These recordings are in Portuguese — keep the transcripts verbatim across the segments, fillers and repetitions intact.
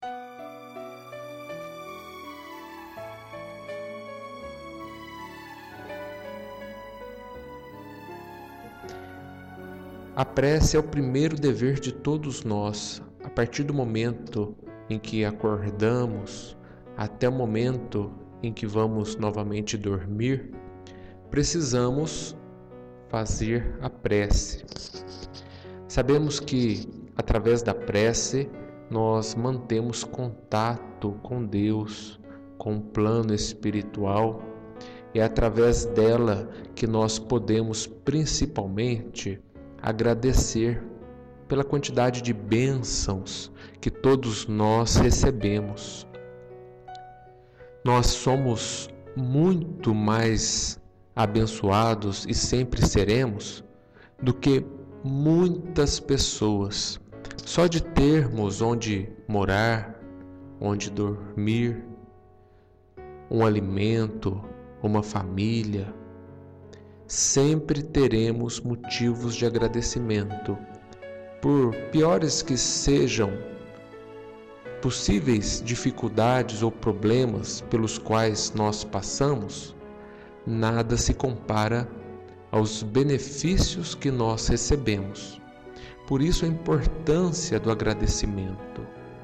A prece é o primeiro dever de todos nós, a partir do momento em que acordamos até o momento em que vamos novamente dormir, precisamos fazer a prece. Sabemos que através da prece nós mantemos contato com Deus, com o plano espiritual, e é através dela que nós podemos principalmente agradecer pela quantidade de bênçãos que todos nós recebemos. Nós somos muito mais abençoados e sempre seremos do que muitas pessoas. Só de termos onde morar, onde dormir, um alimento, uma família, sempre teremos motivos de agradecimento. Por piores que sejam possíveis dificuldades ou problemas pelos quais nós passamos, nada se compara aos benefícios que nós recebemos. Por isso a importância do agradecimento.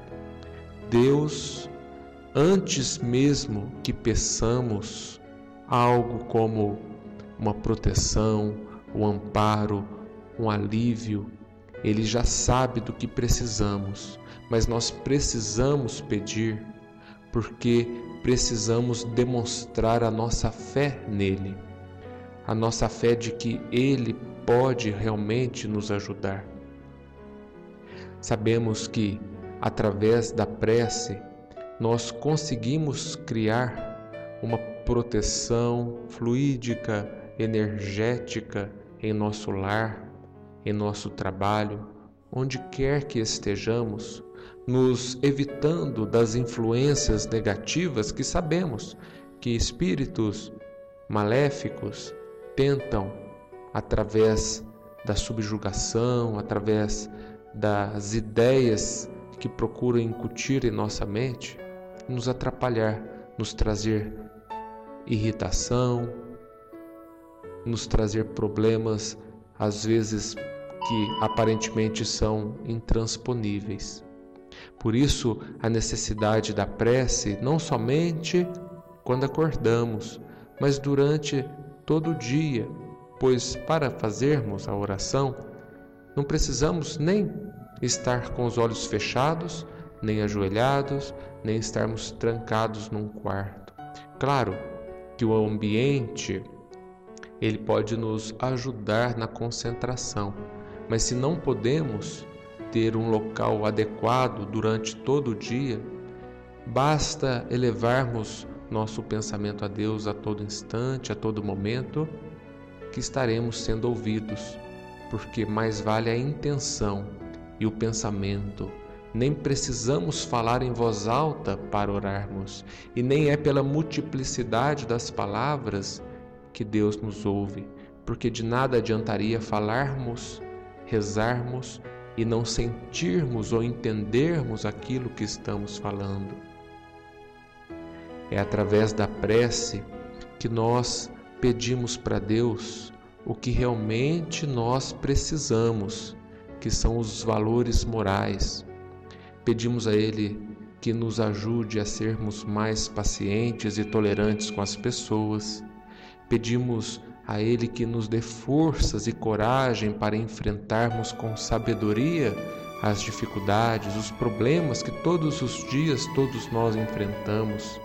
Deus, antes mesmo que peçamos algo como uma proteção, um amparo, um alívio, Ele já sabe do que precisamos, mas nós precisamos pedir porque precisamos demonstrar a nossa fé nele, a nossa fé de que Ele pode realmente nos ajudar. Sabemos que, através da prece, nós conseguimos criar uma proteção fluídica, energética em nosso lar, em nosso trabalho, onde quer que estejamos, nos evitando das influências negativas que sabemos que espíritos maléficos tentam, através da subjugação, através das ideias que procuram incutir em nossa mente, nos atrapalhar, nos trazer irritação, nos trazer problemas, às vezes que aparentemente são intransponíveis. Por isso, a necessidade da prece, não somente quando acordamos, mas durante todo o dia, pois para fazermos a oração, não precisamos nem estar com os olhos fechados, nem ajoelhados, nem estarmos trancados num quarto. Claro que o ambiente ele pode nos ajudar na concentração, mas se não podemos ter um local adequado durante todo o dia, basta elevarmos nosso pensamento a Deus a todo instante, a todo momento, que estaremos sendo ouvidos, porque mais vale a intenção e o pensamento. Nem precisamos falar em voz alta para orarmos, e nem é pela multiplicidade das palavras que Deus nos ouve, porque de nada adiantaria falarmos, rezarmos e não sentirmos ou entendermos aquilo que estamos falando. É através da prece que nós pedimos para Deus o que realmente nós precisamos, que são os valores morais. Pedimos a Ele que nos ajude a sermos mais pacientes e tolerantes com as pessoas. Pedimos a Ele que nos dê forças e coragem para enfrentarmos com sabedoria as dificuldades, os problemas que todos os dias todos nós enfrentamos.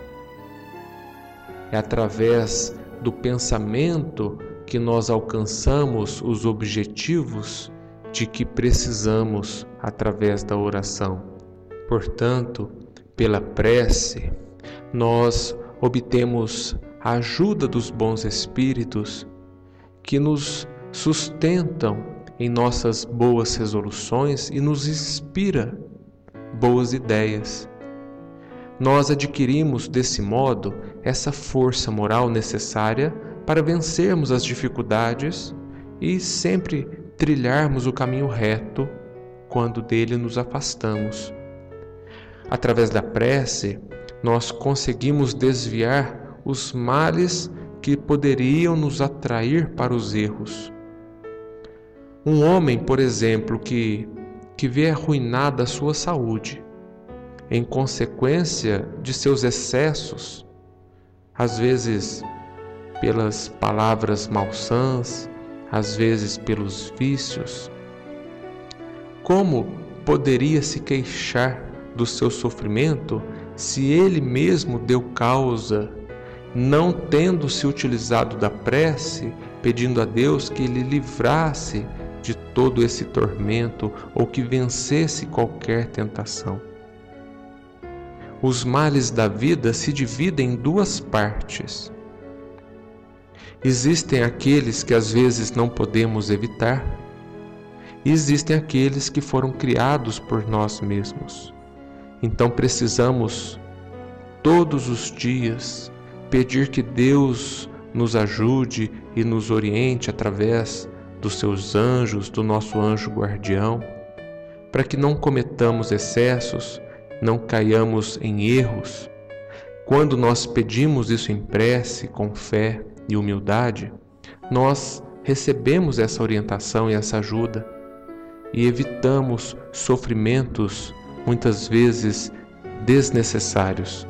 É através do pensamento que nós alcançamos os objetivos de que precisamos através da oração. Portanto, pela prece, nós obtemos a ajuda dos bons espíritos que nos sustentam em nossas boas resoluções e nos inspira boas ideias. Nós adquirimos desse modo essa força moral necessária para vencermos as dificuldades e sempre trilharmos o caminho reto quando dele nos afastamos. através da prece, nós conseguimos desviar os males que poderiam nos atrair para os erros. Um homem, por exemplo, que, que vê arruinada a sua saúde, em consequência de seus excessos, às vezes pelas palavras malsãs, às vezes pelos vícios, como poderia se queixar do seu sofrimento se ele mesmo deu causa, não tendo se utilizado da prece, pedindo a Deus que lhe livrasse de todo esse tormento ou que vencesse qualquer tentação? Os males da vida se dividem em duas partes. Existem aqueles que às vezes não podemos evitar, e existem aqueles que foram criados por nós mesmos. Então precisamos, todos os dias, pedir que Deus nos ajude e nos oriente através dos seus anjos, do nosso anjo guardião, para que não cometamos excessos, não caiamos em erros. Quando nós pedimos isso em prece, com fé e humildade, nós recebemos essa orientação e essa ajuda e evitamos sofrimentos muitas vezes desnecessários.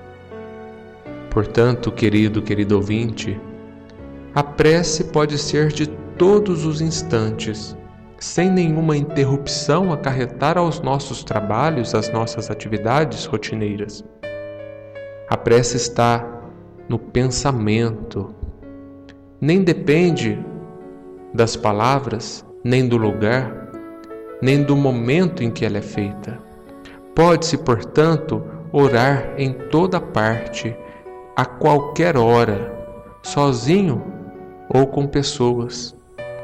Portanto, querido, querido ouvinte, a prece pode ser de todos os instantes, sem nenhuma interrupção acarretar aos nossos trabalhos, às nossas atividades rotineiras. A prece está no pensamento, nem depende das palavras, nem do lugar, nem do momento em que ela é feita. Pode-se, portanto, orar em toda parte, a qualquer hora, sozinho ou com pessoas.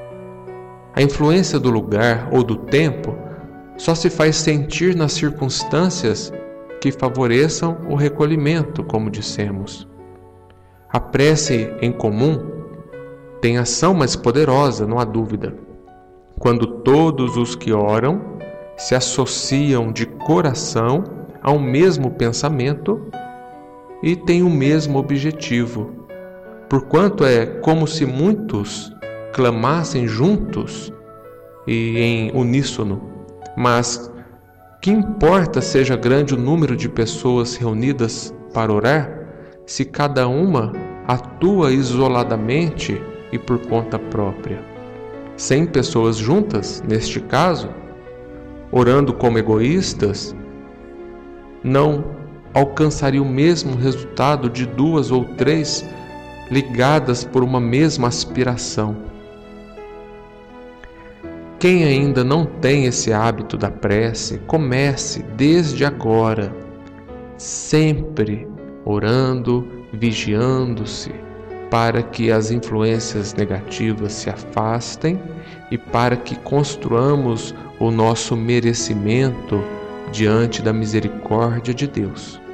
A influência do lugar ou do tempo só se faz sentir nas circunstâncias que favoreçam o recolhimento, como dissemos. A prece em comum tem ação mais poderosa, não há dúvida, quando todos os que oram se associam de coração ao mesmo pensamento e têm o mesmo objetivo, porquanto é como se muitos clamassem juntos e em uníssono. Mas que importa seja grande o número de pessoas reunidas para orar, se cada uma atua isoladamente e por conta própria? Cem pessoas juntas, neste caso, orando como egoístas, não alcançaria o mesmo resultado de duas ou três ligadas por uma mesma aspiração. Quem ainda não tem esse hábito da prece, comece desde agora, sempre orando, vigiando-se, para que as influências negativas se afastem e para que construamos o nosso merecimento diante da misericórdia de Deus.